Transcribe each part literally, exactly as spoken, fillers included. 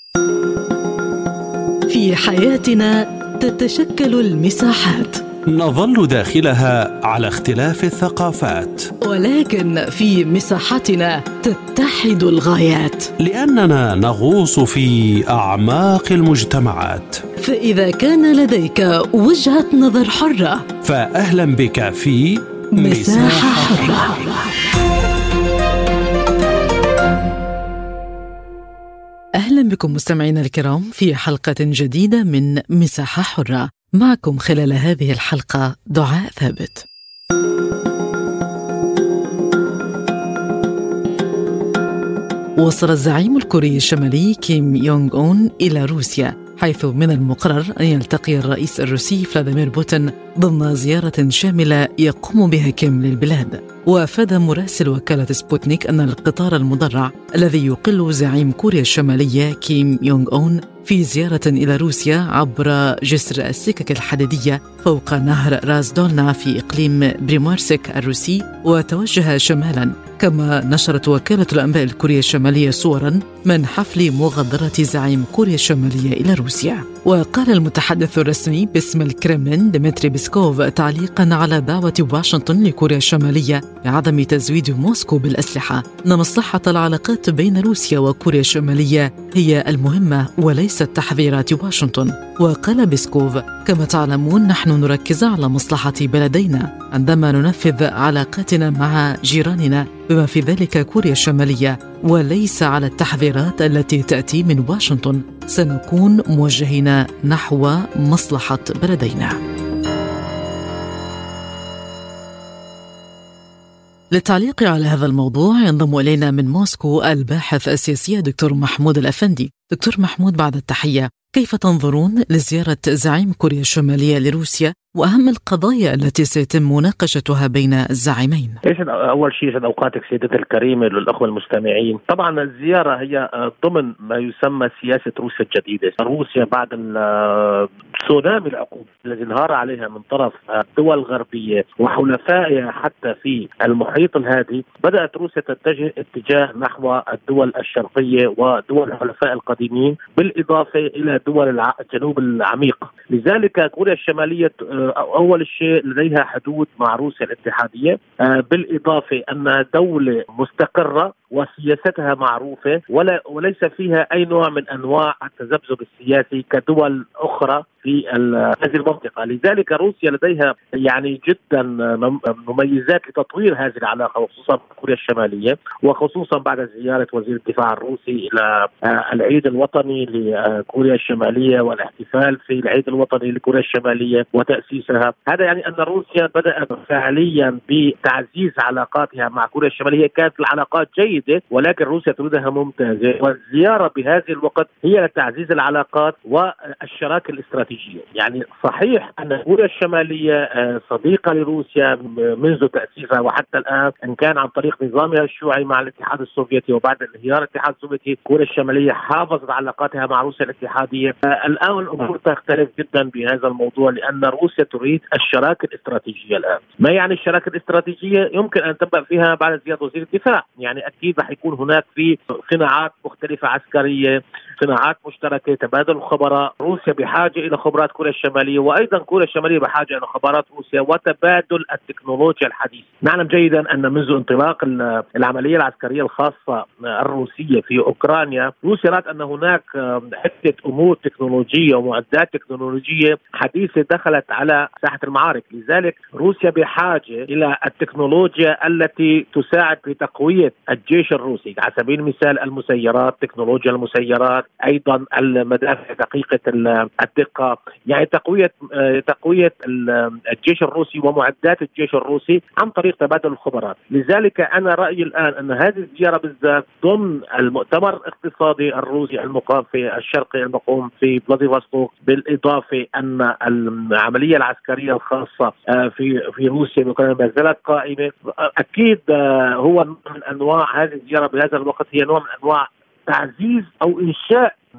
في حياتنا تتشكل المساحات، نظل داخلها على اختلاف الثقافات، ولكن في مساحتنا تتحد الغايات، لأننا نغوص في أعماق المجتمعات. فإذا كان لديك وجهة نظر حرة، فأهلا بك في مساحة حرة. أهلا بكم مستمعينا الكرام في حلقة جديدة من مساحة حرة. معكم خلال هذه الحلقة دعاء ثابت. وصل الزعيم الكوري الشمالي كيم يونغ أون إلى روسيا، حيث من المقرر أن يلتقي الرئيس الروسي فلاديمير بوتين ضمن زيارة شاملة يقوم بها كيم للبلاد. وأفاد مراسل وكالة سبوتنيك أن القطار المدرع الذي يقل زعيم كوريا الشمالية كيم يونغ أون في زيارة إلى روسيا عبر جسر السكك الحديدية فوق نهر راس دولنا في إقليم بريمارسك الروسي وتوجه شمالا. كما نشرت وكالة الأنباء الكورية الشمالية صورا من حفل مغادرة زعيم كوريا الشمالية إلى روسيا. وقال المتحدث الرسمي باسم الكرملين ديمتري بيسكوف تعليقا على دعوة واشنطن لكوريا الشمالية بعدم تزويد موسكو بالأسلحة أن مصلحة العلاقات بين روسيا وكوريا الشمالية هي المهمة وليست تحذيرات واشنطن. وقال بيسكوف: كما تعلمون نحن نركز على مصلحة بلدينا عندما ننفذ علاقاتنا مع جيراننا بما في ذلك كوريا الشمالية، وليس على التحذيرات التي تأتي من واشنطن. سنكون موجهين نحو مصلحة بلدينا. للتعليق على هذا الموضوع ينضم إلينا من موسكو الباحث السياسي دكتور محمود الأفندي. دكتور محمود، بعد التحية، كيف تنظرون لزيارة زعيم كوريا الشمالية لروسيا وأهم القضايا التي سيتم مناقشتها بين الزعيمين؟ أول شيء يسعد أوقاتك سيدتي الكريمة للأخوة المستمعين. طبعا الزيارة هي ضمن ما يسمى سياسة روسيا الجديدة. روسيا بعد التسونامي العقوبي الذي انهار عليها من طرف الدول الغربية وحلفائها حتى في المحيط الهادي، بدأت روسيا تتجه اتجاه نحو الدول الشرقية ودول الحلفاء القديمين بالإضافة إلى دول الجنوب العميق. لذلك كوريا الشمالية أول شيء لديها حدود مع روسيا الاتحادية، بالإضافة أنها دولة مستقرة وسياستها معروفة ولا وليس فيها أي نوع من أنواع التذبذب السياسي كدول أخرى في هذه المنطقة. لذلك روسيا لديها يعني جدا مميزات لتطوير هذه العلاقة، وخصوصا كوريا الشمالية، وخصوصا بعد زيارة وزير الدفاع الروسي إلى العيد الوطني لكوريا الشمالية والاحتفال في العيد الوطني لكوريا الشمالية وتأسيسها. هذا يعني أن روسيا بدأت فعليا بتعزيز علاقاتها مع كوريا الشمالية. كانت العلاقات جيدة ولكن روسيا تريدها ممتازة، والزيارة بهذه الوقت هي لتعزيز العلاقات والشراكة الاستراتيجية. يعني صحيح أن كوريا الشمالية صديقة لروسيا منذ تأسيسها وحتى الآن، إن كان عن طريق نظامها الشيوعي مع الاتحاد السوفيتي، وبعد انهيار الاتحاد السوفيتي كوريا الشمالية حافظت علاقاتها مع روسيا الاتحادية. الآن الأمور تختلف جدا بهذا الموضوع، لأن روسيا تريد الشراكة الاستراتيجية الآن. ما يعني الشراكة الاستراتيجية؟ يمكن أن تبدأ فيها بعد زيارة وزير الدفاع. يعني أكيد رح يكون هناك في صناعات مختلفة عسكرية، صناعات مشتركة، تبادل الخبراء. روسيا بحاجة إلى خبرات كوريا الشمالية، وأيضا كوريا الشمالية بحاجة إلى خبرات روسيا، وتبادل التكنولوجيا الحديثة. نعلم جيدا أن منذ انطلاق العملية العسكرية الخاصة الروسية في أوكرانيا، روسيا رأت أن هناك عدة أمور تكنولوجية ومعدات تكنولوجية حديثة دخلت على ساحة المعارك. لذلك روسيا بحاجة إلى التكنولوجيا التي تساعد في تقوية الجيش الروسي، على سبيل المثال المسيرات، تكنولوجيا المسيرات، أيضا المدافع دقيقة الدقة، يعني تقوية تقوية الجيش الروسي ومعدات الجيش الروسي عن طريق تبادل الخبرات. لذلك أنا رأيي الآن أن هذه الزيارة بالذات ضمن المؤتمر الاقتصادي الروسي المقام في الشرقي المقوم في فلاديفوستوك، بالإضافة أن العملية العسكرية الخاصة في في روسيا ما زالت قائمة. أكيد هو من أنواع هذه الزيارة بهذا الوقت هي نوع من أنواع تعزيز أو إنشاء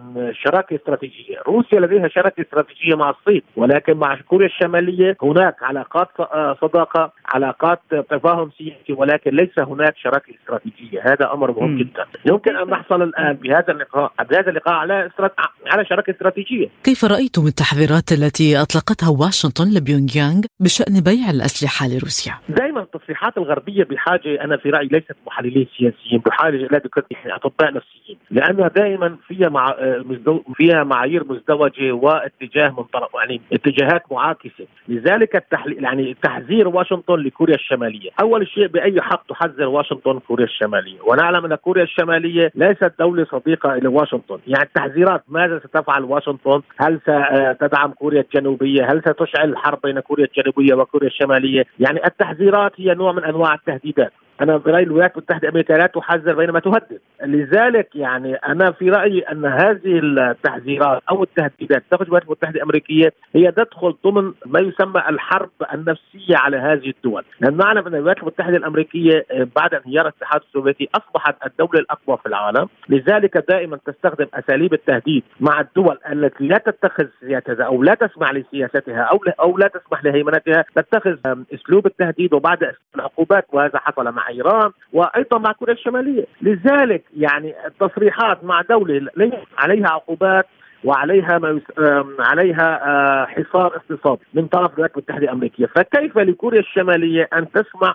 شراكة استراتيجية. روسيا لديها شراكة استراتيجية مع الصين، ولكن مع كوريا الشمالية هناك علاقات صداقة، علاقات تفاهم سياسي، ولكن ليس هناك شراكة استراتيجية. هذا أمر مهم جدا. يمكن أن نحصل الآن بهذا اللقاء بهذا اللقاء على استرات... على شراكة استراتيجية. كيف رأيتم التحذيرات التي أطلقتها واشنطن لبيونغ يانغ بشأن بيع الأسلحة لروسيا؟ دائما التصريحات الغربية بحاجة، أنا في رأيي ليست محللين سياسيين، بحاجة إلى دكتور أطباء نفسيين، لأنها دائما فيها مع فيها معايير مزدوجة واتجاه من طرف، يعني اتجاهات معاكسة. لذلك التحليل يعني تحذير واشنطن لكوريا الشمالية. أول شيء بأي حق تحذر واشنطن كوريا الشمالية، ونعلم أن كوريا الشمالية ليست دولة صديقة إلى واشنطن. يعني التحذيرات ماذا ستفعل واشنطن؟ هل ستدعم كوريا الجنوبية؟ هل ستشعل الحرب بين كوريا الجنوبية وكوريا الشمالية؟ يعني التحذيرات هي نوع من أنواع التهديدات. أنا برأيي الولايات المتحدة الأمريكية لا تحذر بينما تهدد. لذلك يعني أنا في رأيي أن هذه التحذيرات أو التهديدات تخرج الولايات المتحدة الأمريكية هي تدخل ضمن ما يسمى الحرب النفسية على هذه الدول، لأن نعلم أن الولايات المتحدة الأمريكية بعد انهيار الاتحاد السوفيتي أصبحت الدولة الأقوى في العالم. لذلك دائما تستخدم أساليب التهديد مع الدول التي لا تتخذ سياستها أو لا تسمع لسياستها أو أو لا تسمح لهيمنتها، تتخذ أسلوب التهديد وبعد العقوبات، وهذا حصل مع إيران وأيضا مع كوريا الشمالية. لذلك يعني التصريحات مع دولة ليس عليها عقوبات وعليها ما يس... عليها حصار اقتصادي من طرف الولايات المتحدة الأمريكية، فكيف لكوريا الشمالية أن تسمع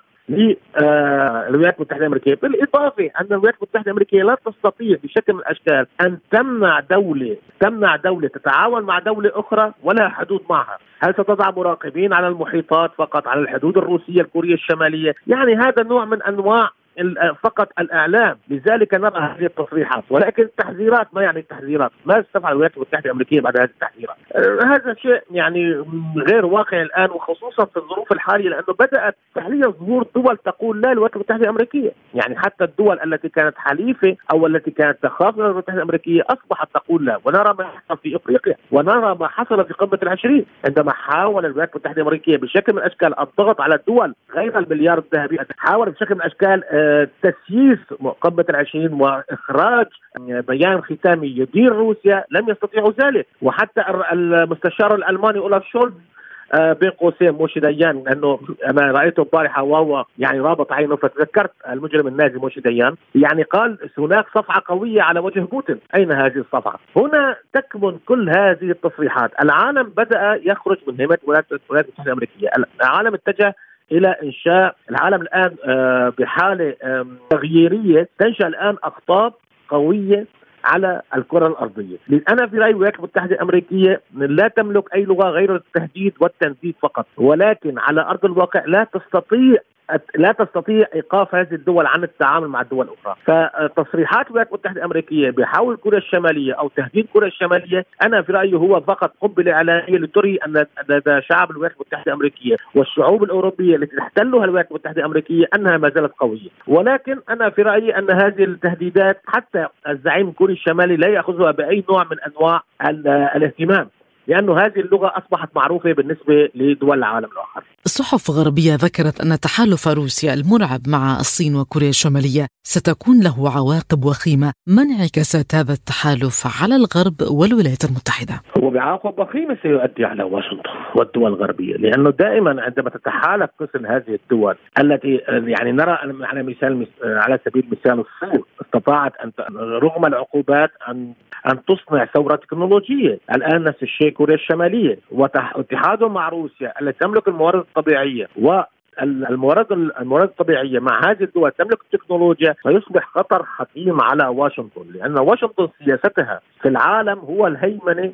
للولايات المتحدة الأمريكية؟ بالإضافة أن الولايات المتحدة الأمريكية لا تستطيع بشكل من الأشكال أن تمنع دولة تمنع دولة تتعاون مع دولة أخرى ولا حدود معها. هل ستضع مراقبين على المحيطات فقط على الحدود الروسية الكورية الشمالية؟ يعني هذا نوع من أنواع فقط الإعلام. لذلك نرى هذه التصريحات، ولكن التحذيرات ما يعني التحذيرات؟ ما ستفعل الولايات المتحدة الأمريكية بعد هذه التحذيرات؟ هذا شيء يعني غير واقعي الآن، وخصوصا في الظروف الحالية، لأنه بدأت فعليا ظهور دول تقول لا للولايات المتحدة الأمريكية. يعني حتى الدول التي كانت حليفة أو التي كانت تخاف من الولايات المتحدة الأمريكية أصبحت تقول لا. ونرى ما حصل في إفريقيا، ونرى ما حصل في قمة العشرين عندما حاول الولايات المتحدة الأمريكية بشكل من الأشكال الضغط على الدول غير المليار الذهبي، حاول بشكل من الأشكال تسييس قمة العشرين وإخراج بيان ختامي يدير روسيا. لم يستطيعوا ذلك، وحتى المستشار الألماني أولاف شولز بين قوسين موشي ديان، لأنه أنا رأيته البارحة وهو يعني رابط عينه فتذكرت المجرم النازي موشي ديان، يعني قال هناك صفعة قوية على وجه بوتين. أين هذه الصفعة؟ هنا تكمن كل هذه التصريحات. العالم بدأ يخرج من هيمنة الولايات المتحدة الأمريكية، العالم اتجه إلى إنشاء العالم الآن بحالة تغييرية، تنشأ الآن أقطاب قوية على الكرة الأرضية. أنا في رأيي الولايات المتحدة الأمريكية لا تملك أي لغة غير التهديد والتنديد فقط، ولكن على أرض الواقع لا تستطيع لا تستطيع إيقاف هذه الدول عن التعامل مع الدول الأخرى. فتصريحات الولايات المتحدة الأمريكية بحول كوريا الشمالية أو تهديد كوريا الشمالية، أنا في رأيي هو فقط قنبلة إعلامية لتري أن شعب الولايات المتحدة الأمريكية والشعوب الأوروبية التي تحتلها الولايات المتحدة الأمريكية أنها ما زالت قوية. ولكن أنا في رأيي أن هذه التهديدات حتى الزعيم الكوري الشمالي لا يأخذها بأي نوع من أنواع الاهتمام، لأنه هذه اللغة أصبحت معروفة بالنسبة لدول العالم الآخر. الصحف الغربية ذكرت أن تحالف روسيا المرعب مع الصين وكوريا الشمالية ستكون له عواقب وخيمة. ما انعكاسات هذا التحالف على الغرب والولايات المتحدة؟ هو بعواقب وخيمة سيؤدي على واشنطن والدول الغربية، لأنه دائما عندما تتحالف مثل هذه الدول التي يعني نرى على مثال على سبيل المثال الصين استطاعت أن رغم العقوبات أن أن تصنع ثورة تكنولوجية. الآن نفس الشيء كوريا الشمالية، واتحادهم مع روسيا التي تملك الموارد الطبيعية والموارد الموارد الطبيعية مع هذه الدول تملك التكنولوجيا، فيصبح خطر حتيم على واشنطن، لأن واشنطن سياستها في العالم هو الهيمنة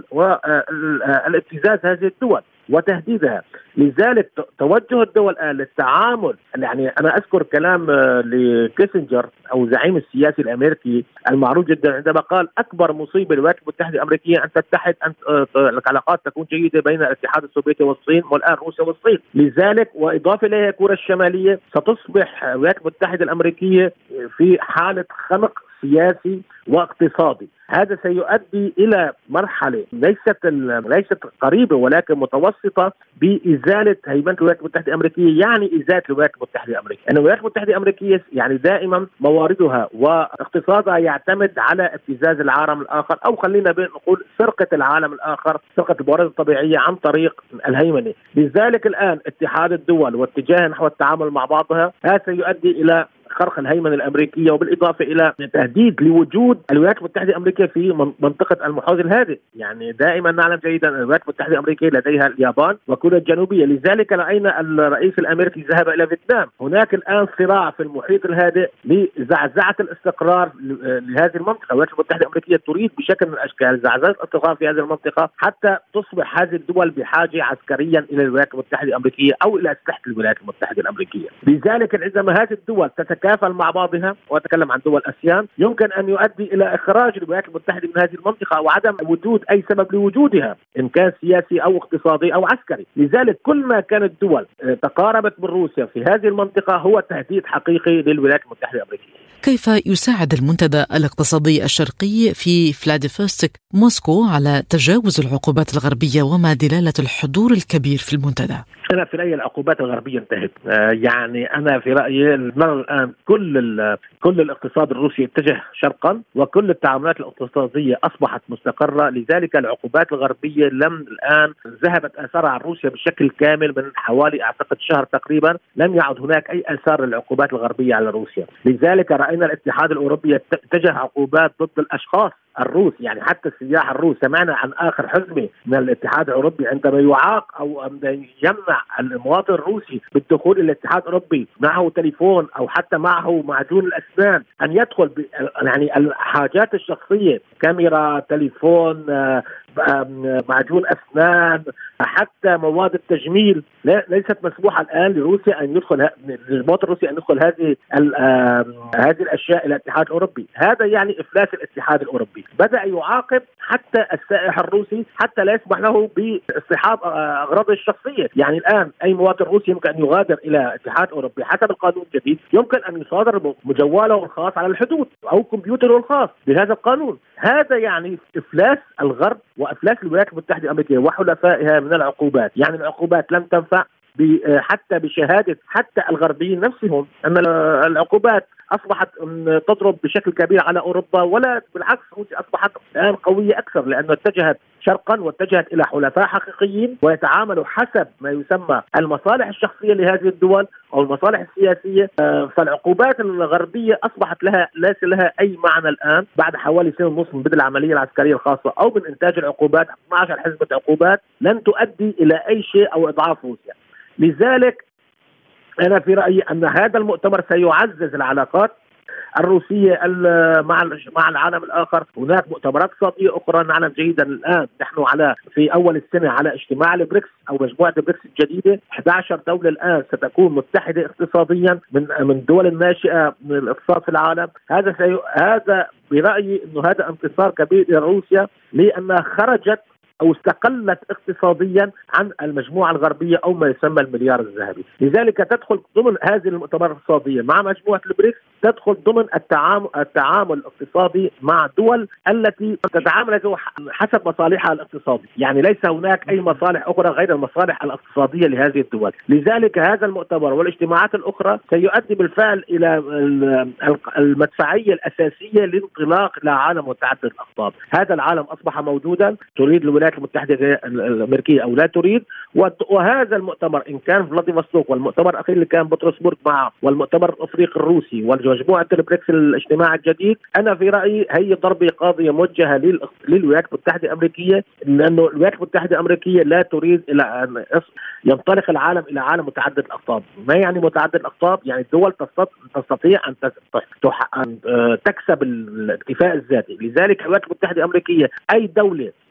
والابتزاز هذه الدول وتهديدها. لذلك توجه الدول الآن للتعامل، يعني أنا أذكر كلام لكيسنجر أو زعيم السياسي الأمريكي المعروف جدا عندما قال أكبر مصيبة للولايات المتحدة الأمريكية أن تتحد أن العلاقات تكون جيدة بين الاتحاد السوفيتي والصين والآن روسيا والصين. لذلك وإضافة إليها كوريا الشمالية ستصبح الولايات المتحدة الأمريكية في حالة خنق سياسي واقتصادي. هذا سيؤدي إلى مرحلة ليست ليست قريبة ولكن متوسطة بإزالة هيمنة الولايات المتحدة الأمريكية، يعني إزالة الولايات المتحدة الأمريكية. أن الولايات المتحدة الأمريكية يعني دائما مواردها واقتصادها يعتمد على ابتزاز العالم الآخر، أو خلينا نقول سرقة العالم الآخر، سرقة الموارد الطبيعية عن طريق الهيمنة. لذلك الآن اتحاد الدول واتجاه نحو التعامل مع بعضها، هذا سيؤدي إلى خرق الهيمنة الأمريكية، وبالإضافة إلى تهديد لوجود الولايات المتحدة الأمريكية في منطقة المحيط الهادئ. يعني دائما نعلم جيدا أن الولايات المتحدة الأمريكية لديها اليابان وكوريا الجنوبية، لذلك رأينا الرئيس الأمريكي ذهب إلى فيتنام. هناك الآن صراع في المحيط الهادئ لزعزعة الاستقرار لهذه المنطقة. الولايات المتحدة الأمريكية تريد بشكل من الأشكال زعزعة الاستقرار في هذه المنطقة حتى تصبح هذه الدول بحاجة عسكريا إلى الولايات المتحدة الأمريكية أو إلى أسلحة الولايات المتحدة الأمريكية. لذلك عندما هذه الدول تتكافل مع بعضها، وأتكلم عن دول آسيان، يمكن أن يؤدي إلى إخراج الولايات المتحدة من هذه المنطقة وعدم وجود أي سبب لوجودها إن كان سياسي أو اقتصادي أو عسكري. لذلك كل ما كانت الدول تقاربت من روسيا في هذه المنطقة هو تهديد حقيقي للولايات المتحدة الأمريكية. كيف يساعد المنتدى الاقتصادي الشرقي في فلاديفوستوك موسكو على تجاوز العقوبات الغربية، وما دلالة الحضور الكبير في المنتدى؟ أنا في رأيي العقوبات الغربية انتهت. آه يعني أنا في رأيي نرى الآن كل كل الاقتصاد الروسي اتجه شرقا، وكل التعاملات الاقتصادية أصبحت مستقرة. لذلك العقوبات الغربية لم الآن ذهبت آثارها عن روسيا بشكل كامل من حوالي أعتقد شهر تقريبا. لم يعد هناك أي آثار للعقوبات الغربية على روسيا. لذلك رأينا الاتحاد الأوروبي اتجه عقوبات ضد الأشخاص الروس، يعني حتى السياح الروس. سمعنا عن آخر حزمة من الاتحاد الأوروبي عندما يعاق أو يمنع المواطن الروسي بالدخول إلى الاتحاد الأوروبي معه تليفون أو حتى معه معجون الأسنان أن يدخل ب... يعني الحاجات الشخصية، كاميرا، تليفون، معجون أسنان، حتى مواد التجميل ليست مسموحة الآن لروسيا أن يدخل للمواطن الروسي أن يدخل هذه هذه الأشياء إلى الاتحاد الأوروبي. هذا يعني إفلاس الاتحاد الأوروبي. بدأ يعاقب حتى السائح الروسي حتى لا يسمح له باصطحاب أغراضه الشخصية. يعني الآن أي مواطن روسي يمكن أن يغادر إلى الاتحاد الأوروبي حسب القانون الجديد، يمكن أن يصادر مجواله الخاص على الحدود أو كمبيوتره الخاص بهذا القانون. هذا يعني إفلاس الغرب وإفلاس الولايات المتحدة الأمريكية وحلفائها من العقوبات. يعني العقوبات لم تنفع حتى بشهادة حتى الغربيين نفسهم أن العقوبات أصبحت تضرب بشكل كبير على أوروبا، ولا بالعكس روسيا أصبحت الآن قوية أكثر لأنها اتجهت شرقا واتجهت إلى حلفاء حقيقيين ويتعاملوا حسب ما يسمى المصالح الشخصية لهذه الدول أو المصالح السياسية. فالعقوبات الغربية أصبحت لها ليس لها أي معنى الآن بعد حوالي سنة ونصف من بدء العملية العسكرية الخاصة أو من إنتاج العقوبات. اثني عشر حزمة عقوبات لن تؤدي إلى أي شيء أو إضعاف روسيا. لذلك أنا في رأيي أن هذا المؤتمر سيعزز العلاقات الروسية مع مع العالم الآخر. هناك مؤتمرات اقتصادية أخرى نعلم جيدا الآن نحن على في أول السنة على اجتماع البريكس أو مجموعة البريكس الجديدة. أحد عشر دولة الآن ستكون متحدة اقتصاديا من من الدول الناشئة من الاقتصاد في العالم. هذا سي... هذا برأيي إنه هذا انتصار كبير لروسيا لأنها خرجت أو استقلت اقتصاديا عن المجموعة الغربية أو ما يسمى المليار الذهبي. لذلك تدخل ضمن هذه المؤتمرات الاقتصادية مع مجموعة البريكس، تدخل ضمن التعامل التعامل الاقتصادي مع دول التي تتعامل حسب مصالحها الاقتصادية. يعني ليس هناك أي مصالح أخرى غير المصالح الاقتصادية لهذه الدول. لذلك هذا المؤتمر والاجتماعات الأخرى سيؤدي بالفعل إلى المدفعية الأساسية لانطلاق إلى عالم متعدد الأقطاب. هذا العالم أصبح موجودا، تريد الولايات المتحدة الأمريكية أو لا تريد. وهذا المؤتمر إن كان فلاديفوستوك والمؤتمر الأخير اللي كان بطرسبورغ معه والمؤتمر الأفريقي الروسي والمجموعة البريكس الاجتماع الجديد، أنا في رأيي هي ضربة قاضية موجهة للولايات المتحدة الأمريكية، لأنه الولايات المتحدة الأمريكية لا تريد إلى أن ينطلق العالم إلى عالم متعدد الأقطاب. ما يعني متعدد الأقطاب؟ يعني الدول تستطيع أن تكسب الاكتفاء الذاتي. لذلك الولايات المتحدة الأمريكية أي دولة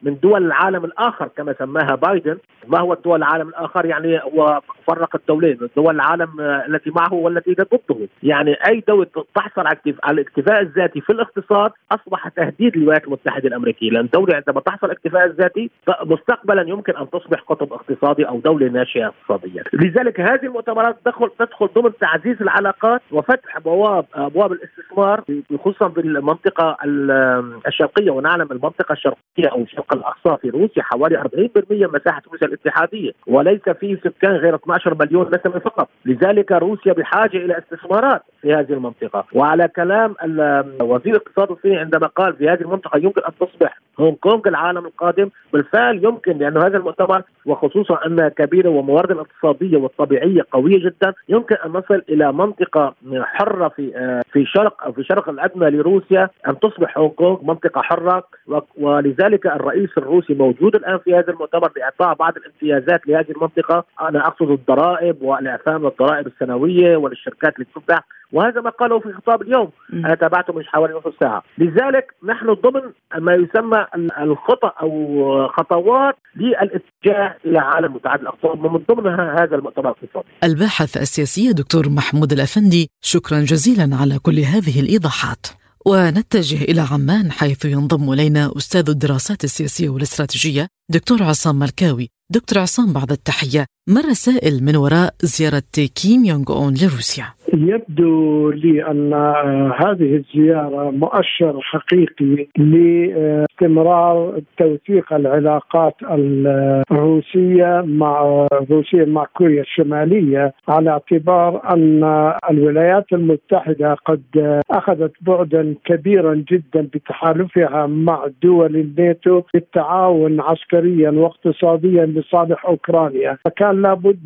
من دول العالم الآخر كما سماها بايدن. ما هو الدول العالم الآخر؟ يعني هو فرق الدولين، الدول العالم التي معه والتي ضده. يعني أي دولة تحصل على الاكتفاء الذاتي في الاقتصاد أصبح تهديد للولايات المتحدة الأمريكية، لأن دولة عندما تحصل الاكتفاء الذاتي مستقبلا يمكن أن تصبح قطب اقتصادي أو دولة ناشئة اقتصاديا. لذلك هذه المؤتمرات تدخل تدخل ضمن تعزيز العلاقات وفتح أبواب أبواب الاستثمار خصوصا في المنطقة الشرقية. ونعلم المنطقة الشرقية أو الشرق الأقصى في روسيا حوالي أربعين بالمئة مساحة روسيا الاتحادية، وليس فيه سكان غير اثني عشر مليون نسمة فقط. لذلك روسيا بحاجة إلى استثمارات في هذه المنطقة. وعلى كلام وزير الاقتصاد الصيني عندما قال في هذه المنطقة يمكن أن تصبح هونغ كونغ العالم القادم، بالفعل يمكن، لأن هذا المؤتمر وخصوصا أنها كبيرة وموارد الاقتصادية والطبيعية قوية جدا، يمكن أن نصل إلى منطقة حرة في في شرق أو في شرق الأدنى لروسيا، أن تصبح هونغ كونغ منطقة حرة. ولذلك الرئيس الروسي موجود الآن في هذا المؤتمر لإعطاء بعض الامتيازات لهذه المنطقة. أنا أقصد الضرائب والإعفاء من الضرائب السنوية وللشركات اللي تفتح، وهذا ما قاله في خطاب اليوم أنا تابعته من حوالي نصف ساعة. لذلك نحن ضمن ما يسمى الخطأ أو خطوات للاتجاه إلى عالم متعدد الأقطاب، ومن ضمنها هذا المؤتمر الاقتصادي. الباحث السياسي دكتور محمود الأفندي، شكرا جزيلا على كل هذه الإيضاحات. ونتجه إلى عمان حيث ينضم إلينا أستاذ الدراسات السياسية والاستراتيجية دكتور عصام ملكاوي. دكتور عصام، بعد التحية، ما الرسائل من وراء زيارة كيم يونغ أون لروسيا؟ يبدو لي أن هذه الزيارة مؤشر حقيقي لاستمرار توثيق العلاقات الروسية مع روسيا مع كوريا الشمالية، على اعتبار أن الولايات المتحدة قد أخذت بعدا كبيرا جدا بتحالفها مع دول الناتو بالتعاون عسكريا واقتصاديا لصالح أوكرانيا. فكان لابد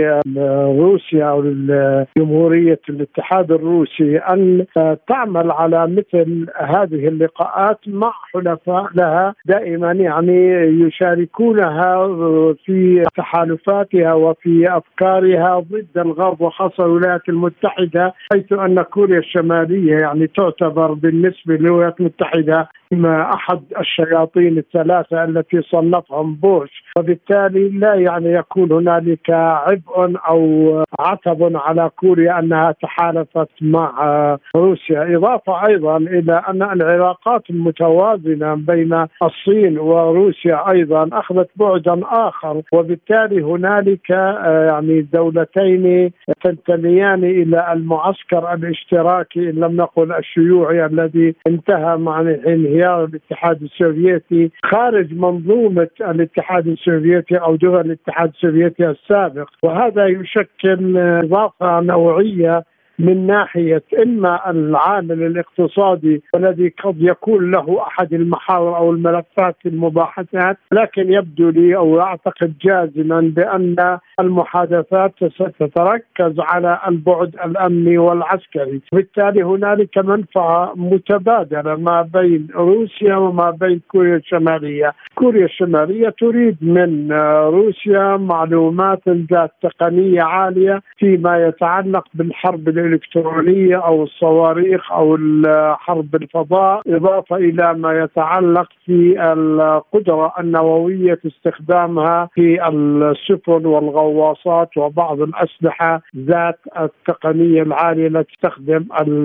لروسيا أو الجمهورية الاتحاد الروسي أن تعمل على مثل هذه اللقاءات مع حلفاء لها دائما يعني يشاركونها في تحالفاتها وفي أفكارها ضد الغرب وخاصة الولايات المتحدة، حيث أن كوريا الشمالية يعني تعتبر بالنسبة للولايات المتحدة أحد الشياطين الثلاثة التي صنفهم بوش، وبالتالي لا يعني يكون هنالك عبء أو عتب على كوريا أنها تحالفت مع روسيا. إضافة أيضا إلى أن العلاقات المتوازنة بين الصين وروسيا أيضا أخذت بعدا آخر، وبالتالي هنالك يعني دولتين تنتميان إلى المعسكر الاشتراكي إن لم نقل الشيوعي الذي انتهى مع انهيار الاتحاد السوفيتي خارج منظومة الاتحاد السوفيتي أو دول الاتحاد السوفيتي السابق. وهذا يشكل إضافة نوعية من ناحية إما العامل الاقتصادي والذي قد يكون له أحد المحاور أو الملفات في المباحثات، لكن يبدو لي أو أعتقد جازما بأن المحادثات ستتركز على البعد الأمني والعسكري. بالتالي هنالك منفعة متبادلة ما بين روسيا وما بين كوريا الشمالية. كوريا الشمالية تريد من روسيا معلومات ذات تقنية عالية فيما يتعلق بالحرب الإلكترونية أو الصواريخ أو حرب الفضاء، إضافة إلى ما يتعلق في القدرة النووية استخدامها في السفن والغواصات وبعض الأسلحة ذات التقنية العالية التي تستخدم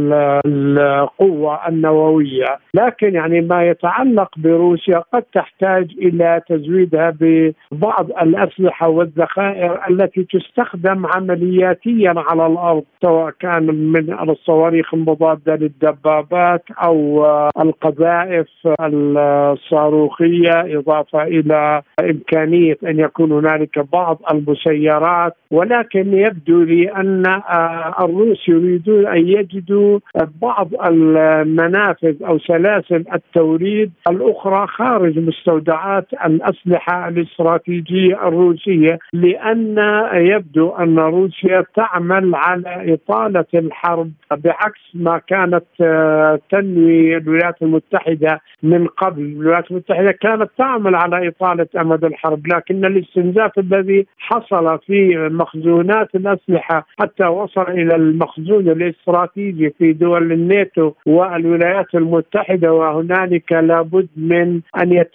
القوة النووية. لكن يعني ما يتعلق بروسيا قد تحتاج إلى تزويدها ببعض الأسلحة والذخائر التي تستخدم عملياتيا على الأرض، سواء كان من الصواريخ المضادة للدبابات أو القذائف الصاروخية، إضافة إلى إمكانية أن يكون هنالك بعض المسيرات. ولكن يبدو لي أن الروس يريدون أن يجدوا بعض المنافذ أو سلاسل التوريد الأخرى خارج مستودعات الأسلحة الاستراتيجية الروسية، لأن يبدو أن روسيا تعمل على إطالة الحرب بعكس ما كانت تنوي الولايات المتحدة من قبل. الولايات المتحدة كانت تعمل على إطالة أمد الحرب، لكن الاستنزاف الذي حصل في مخزونات الأسلحة حتى وصل إلى المخزون الاستراتيجي في دول الناتو والولايات المتحدة، وهنالك لابد من أن يتم الحل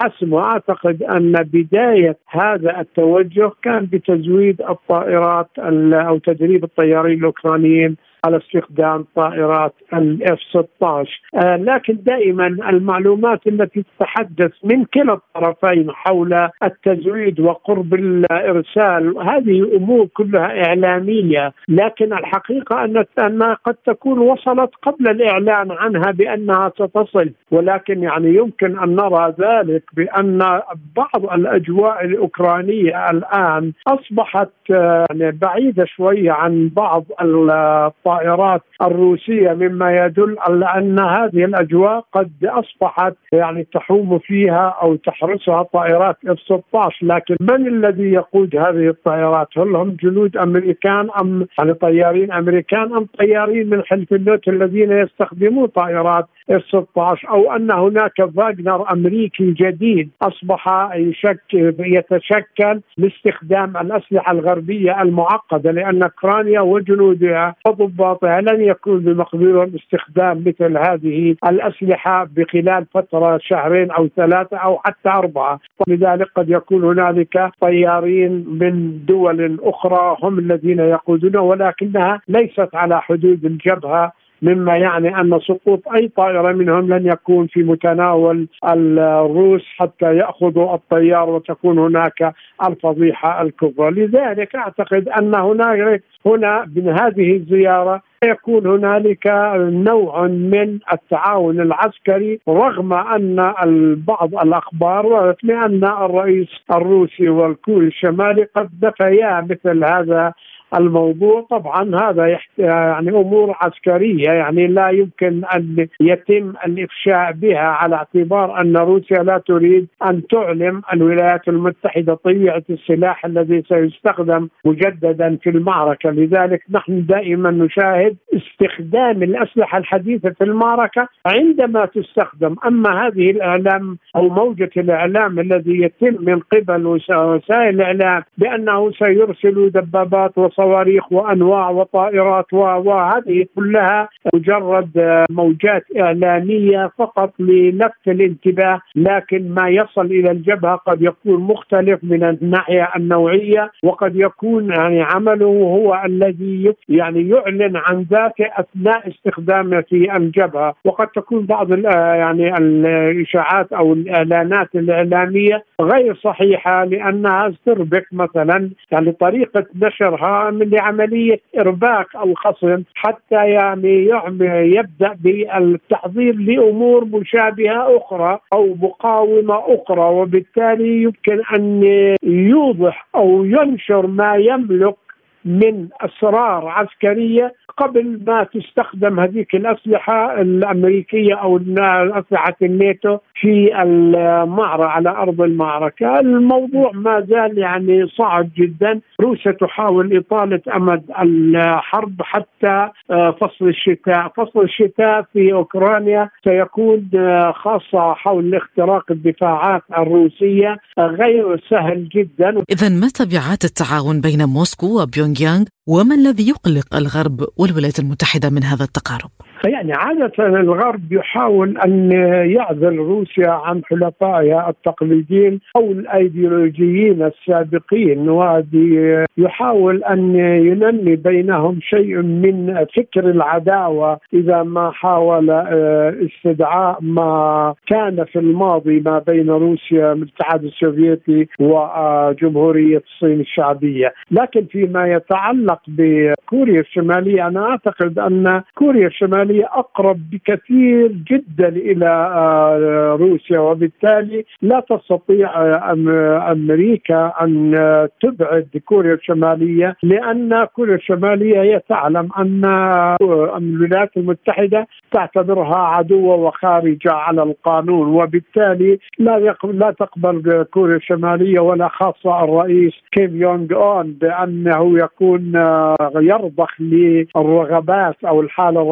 الحسم. وأعتقد أن بداية هذا التوجه كان بتزويد الطائرات أو تدريب الطيارين الأوكرانيين على استخدام طائرات الاف ستة عشر. آه لكن دائما المعلومات التي تتحدث من كلا الطرفين حول التزويد وقرب الإرسال هذه أمور كلها إعلامية، لكن الحقيقة أن أنها قد تكون وصلت قبل الإعلان عنها بأنها ستصل، ولكن يعني يمكن أن نرى ذلك بأن بعض الأجواء الأوكرانية الآن أصبحت آه بعيدة شوية عن بعض الطائرات الطائرات الروسية، مما يدل على أن هذه الأجواء قد أصبحت يعني تحوم فيها أو تحرسها طائرات اف ستة عشر. لكن من الذي يقود هذه الطائرات؟ هل هم جنود أمريكان أم يعني طيارين أمريكان أم طيارين من حلف الناتو الذين يستخدمون طائرات اف ستة عشر، أو أن هناك فاغنر أمريكي جديد أصبح يشكل يتشكل لاستخدام الأسلحة الغربية المعقدة، لأن أوكرانيا وجنودها وضباطها لن يكون بمقدورهم استخدام مثل هذه الأسلحة بخلال فترة شهرين أو ثلاثة أو حتى أربعة. لذلك قد يكون هنالك طيارين من دول أخرى هم الذين يقودون، ولكنها ليست على حدود الجبهة، مما يعني أن سقوط أي طائرة منهم لن يكون في متناول الروس حتى يأخذوا الطيار وتكون هناك الفضيحة الكبرى. لذلك أعتقد أن هناك هنا من هذه الزيارة يكون هنالك نوع من التعاون العسكري، رغم أن بعض الأخبار بأن الرئيس الروسي والكوري الشمالي قد دفيا مثل هذا الموضوع. طبعا هذا يعني أمور عسكرية يعني لا يمكن أن يتم الإفشاء بها، على اعتبار أن روسيا لا تريد أن تعلم الولايات المتحدة طبيعة السلاح الذي سيستخدم مجددا في المعركة. لذلك نحن دائما نشاهد استخدام الأسلحة الحديثة في المعركة عندما تستخدم. أما هذه الإعلام أو موجة الإعلام الذي يتم من قبل وسائل الإعلام بأنه سيرسل دبابات صواريخ وأنواع وطائرات وهذه كلها مجرد موجات إعلامية فقط للفت الانتباه، لكن ما يصل إلى الجبهة قد يكون مختلف من الناحية النوعية، وقد يكون يعني عمله هو الذي يعني يعلن عن ذاته أثناء استخدامه في الجبهة. وقد تكون بعض يعني الإشاعات أو الإعلانات الإعلامية غير صحيحة لأنها تربك مثلا يعني طريقة نشرها من عملية إرباك الخصم حتى يعني يبدأ بالتحضير لأمور مشابهة أخرى أو مقاومة أخرى، وبالتالي يمكن أن يوضح أو ينشر ما يملك من أسرار عسكرية قبل ما تستخدم هذيك الأسلحة الأمريكية أو أسلحة الناتو في المعركة على أرض المعركة. الموضوع ما زال يعني صعب جدا. روسيا تحاول إطالة أمد الحرب حتى فصل الشتاء. فصل الشتاء في أوكرانيا سيكون خاصة حول اختراق الدفاعات الروسية غير سهل جدا. إذن ما تبعات التعاون بين موسكو وبيونغ يانغ، وما الذي يقلق الغرب والولايات المتحدة من هذا التقارب؟ يعني عادة الغرب يحاول أن يعزل روسيا عن حلفائها التقليديين أو الأيديولوجيين السابقين، ويحاول أن ينمي بينهم شيء من فكر العداوة إذا ما حاول استدعاء ما كان في الماضي ما بين روسيا الاتحاد السوفيتي وجمهورية الصين الشعبية. لكن فيما يتعلق بكوريا الشمالية أنا أعتقد أن كوريا الشمالية أقرب بكثير جدا إلى روسيا، وبالتالي لا تستطيع أمريكا أن تبعد كوريا الشمالية، لأن كوريا الشمالية هي تعلم أن الولايات المتحدة تعتبرها عدوة وخارجة على القانون، وبالتالي لا لا تقبل كوريا الشمالية ولا خاصة الرئيس كيم يونغ أون بأنه يكون يرضخ للرغبات أو الحالة الرغائدية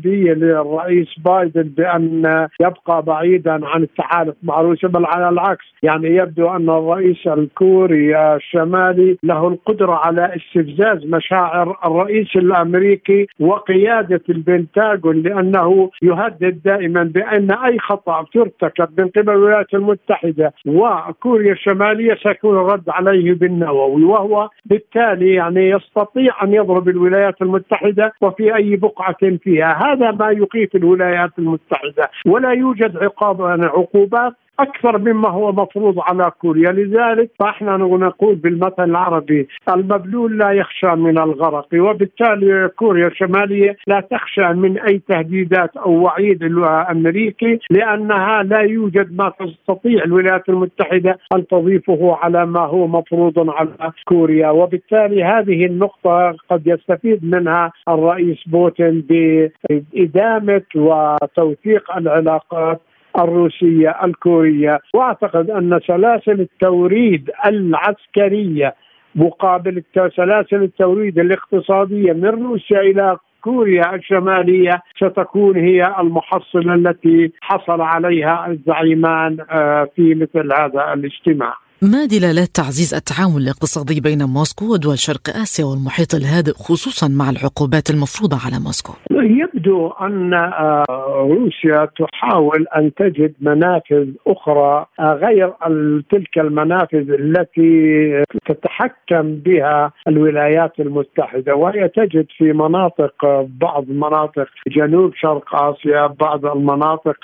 الاستراتيجية للرئيس بايدن بأن يبقى بعيدا عن التحالف مع روسيا، بل على العكس. يعني يبدو أن الرئيس الكوري الشمالي له القدرة على استفزاز مشاعر الرئيس الأمريكي وقيادة البنتاغون، لأنه يهدد دائما بأن أي خطأ ترتكب من قبل الولايات المتحدة وكوريا الشمالية سيكون الرد عليه بالنووي، وهو بالتالي يعني يستطيع أن يضرب الولايات المتحدة وفي أي بقعة فيها. هذا ما يخيف الولايات المتحدة، ولا يوجد عقاب عقوبات أكثر مما هو مفروض على كوريا. لذلك فإحنا نقول بالمثل العربي المبلول لا يخشى من الغرق، وبالتالي كوريا الشمالية لا تخشى من أي تهديدات أو وعيد الأمريكي، لأنها لا يوجد ما تستطيع الولايات المتحدة أن تضيفه على ما هو مفروض على كوريا. وبالتالي هذه النقطة قد يستفيد منها الرئيس بوتين بإدامة وتوثيق العلاقات الروسية الكورية. وأعتقد أن سلاسل التوريد العسكرية مقابل سلاسل التوريد الاقتصادية من روسيا إلى كوريا الشمالية ستكون هي المحصلة التي حصل عليها الزعيمان في مثل هذا الاجتماع. ما دلالات تعزيز التعاون الاقتصادي بين موسكو ودول شرق آسيا والمحيط الهادئ، خصوصا مع العقوبات المفروضة على موسكو؟ يبدو أن روسيا تحاول أن تجد منافذ أخرى غير تلك المنافذ التي تتحكم بها الولايات المتحدة، وهي تجد في مناطق بعض مناطق جنوب شرق آسيا، بعض المناطق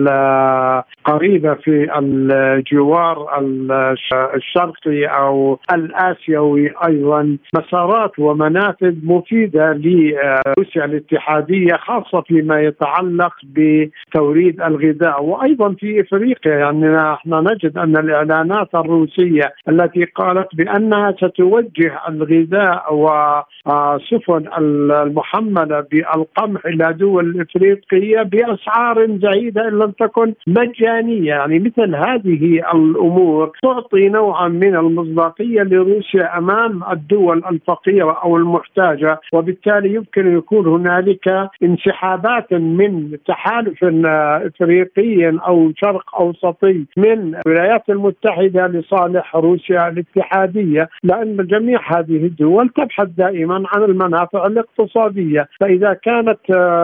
القريبة في الجوار الشرقي أو الآسيوي أيضا مسارات ومنافذ مفيدة لروسيا الاتحادية، خاصة فيما يتعلق بتوريد الغذاء وأيضا في إفريقيا. يعني احنا نجد أن الإعلانات الروسية التي قالت بأنها ستوجه الغذاء وسفن المحملة بالقمح إلى دول إفريقية بأسعار زهيدة إن لم تكن مجانية، يعني مثل هذه الأمور تعطي نوعا من المصداقية لروسيا أمام الدول الفقيرة أو المحتاجة، وبالتالي يمكن يكون هنالك انسحابات من تحالف إفريقي أو شرق أوسطي من الولايات المتحدة لصالح روسيا الاتحادية، لأن جميع هذه الدول تبحث دائما عن المنافع الاقتصادية. فإذا كانت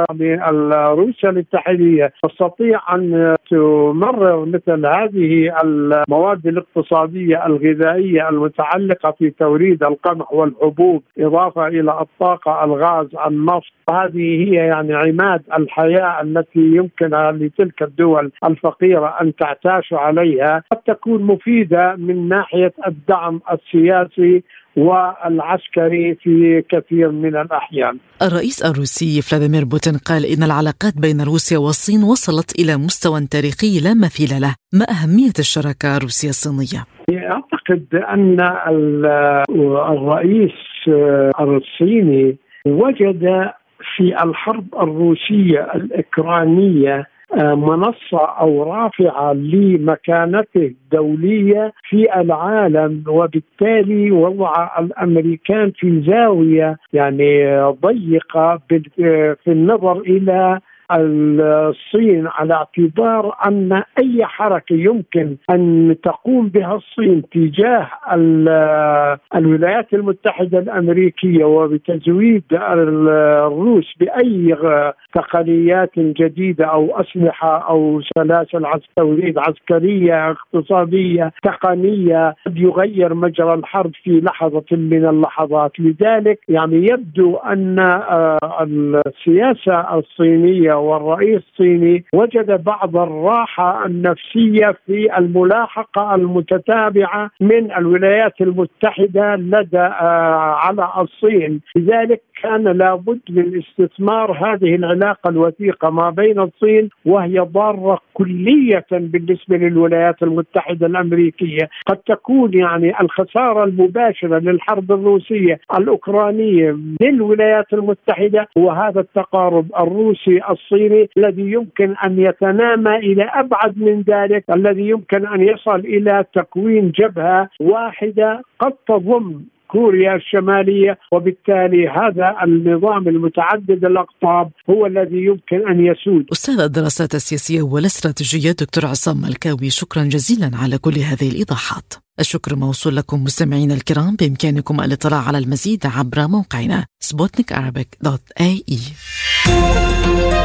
روسيا الاتحادية تستطيع أن تمرر مثل هذه المواد الاقتصادية الغذائية المتعلقة في توريد القمح والحبوب إضافة إلى الطاقة الغاز النفط، هذه هي يعني عماد الحياة التي يمكن لتلك الدول الفقيرة أن تعتاش عليها، قد تكون مفيدة من ناحية الدعم السياسي والعسكري في كثير من الأحيان. الرئيس الروسي فلاديمير بوتين قال إن العلاقات بين روسيا والصين وصلت إلى مستوى تاريخي لا مثيل له. ما أهمية الشراكة الروسية الصينية؟ أعتقد أن الرئيس الصيني وجد في الحرب الروسية الأوكرانية منصة أو رافعة لمكانته الدولية في العالم، وبالتالي وضع الأمريكان في زاوية يعني ضيقة في النظر إلى الصين، على اعتبار أن أي حركة يمكن أن تقوم بها الصين تجاه الولايات المتحدة الأمريكية وبتزويد الروس بأي تقنيات جديدة أو أسلحة أو سلاسل توريد عسكرية اقتصادية تقنية قد يغير مجرى الحرب في لحظة من اللحظات. لذلك يعني يبدو أن السياسة الصينية والرئيس الصيني وجد بعض الراحة النفسية في الملاحقة المتتابعة من الولايات المتحدة لدى على الصين. لذلك كان لابد من استثمار هذه العلاقة الوثيقة ما بين الصين، وهي ضارة كلية بالنسبة للولايات المتحدة الأمريكية. قد تكون يعني الخسارة المباشرة للحرب الروسية الأوكرانية للولايات المتحدة وهذا التقارب الروسي الصيني الذي يمكن أن يتنامى إلى أبعد من ذلك، الذي يمكن أن يصل إلى تكوين جبهة واحدة قد تضم كوريا الشمالية، وبالتالي هذا النظام المتعدد الأقطاب هو الذي يمكن أن يسود. أستاذ الدراسات السياسية والاستراتيجية دكتور عصام ملكاوي، شكرا جزيلا على كل هذه الإيضاحات. الشكر موصول لكم مستمعينا الكرام، بإمكانكم الاطلاع على المزيد عبر موقعنا سبوتنيك أرابيك دوت إيه إي.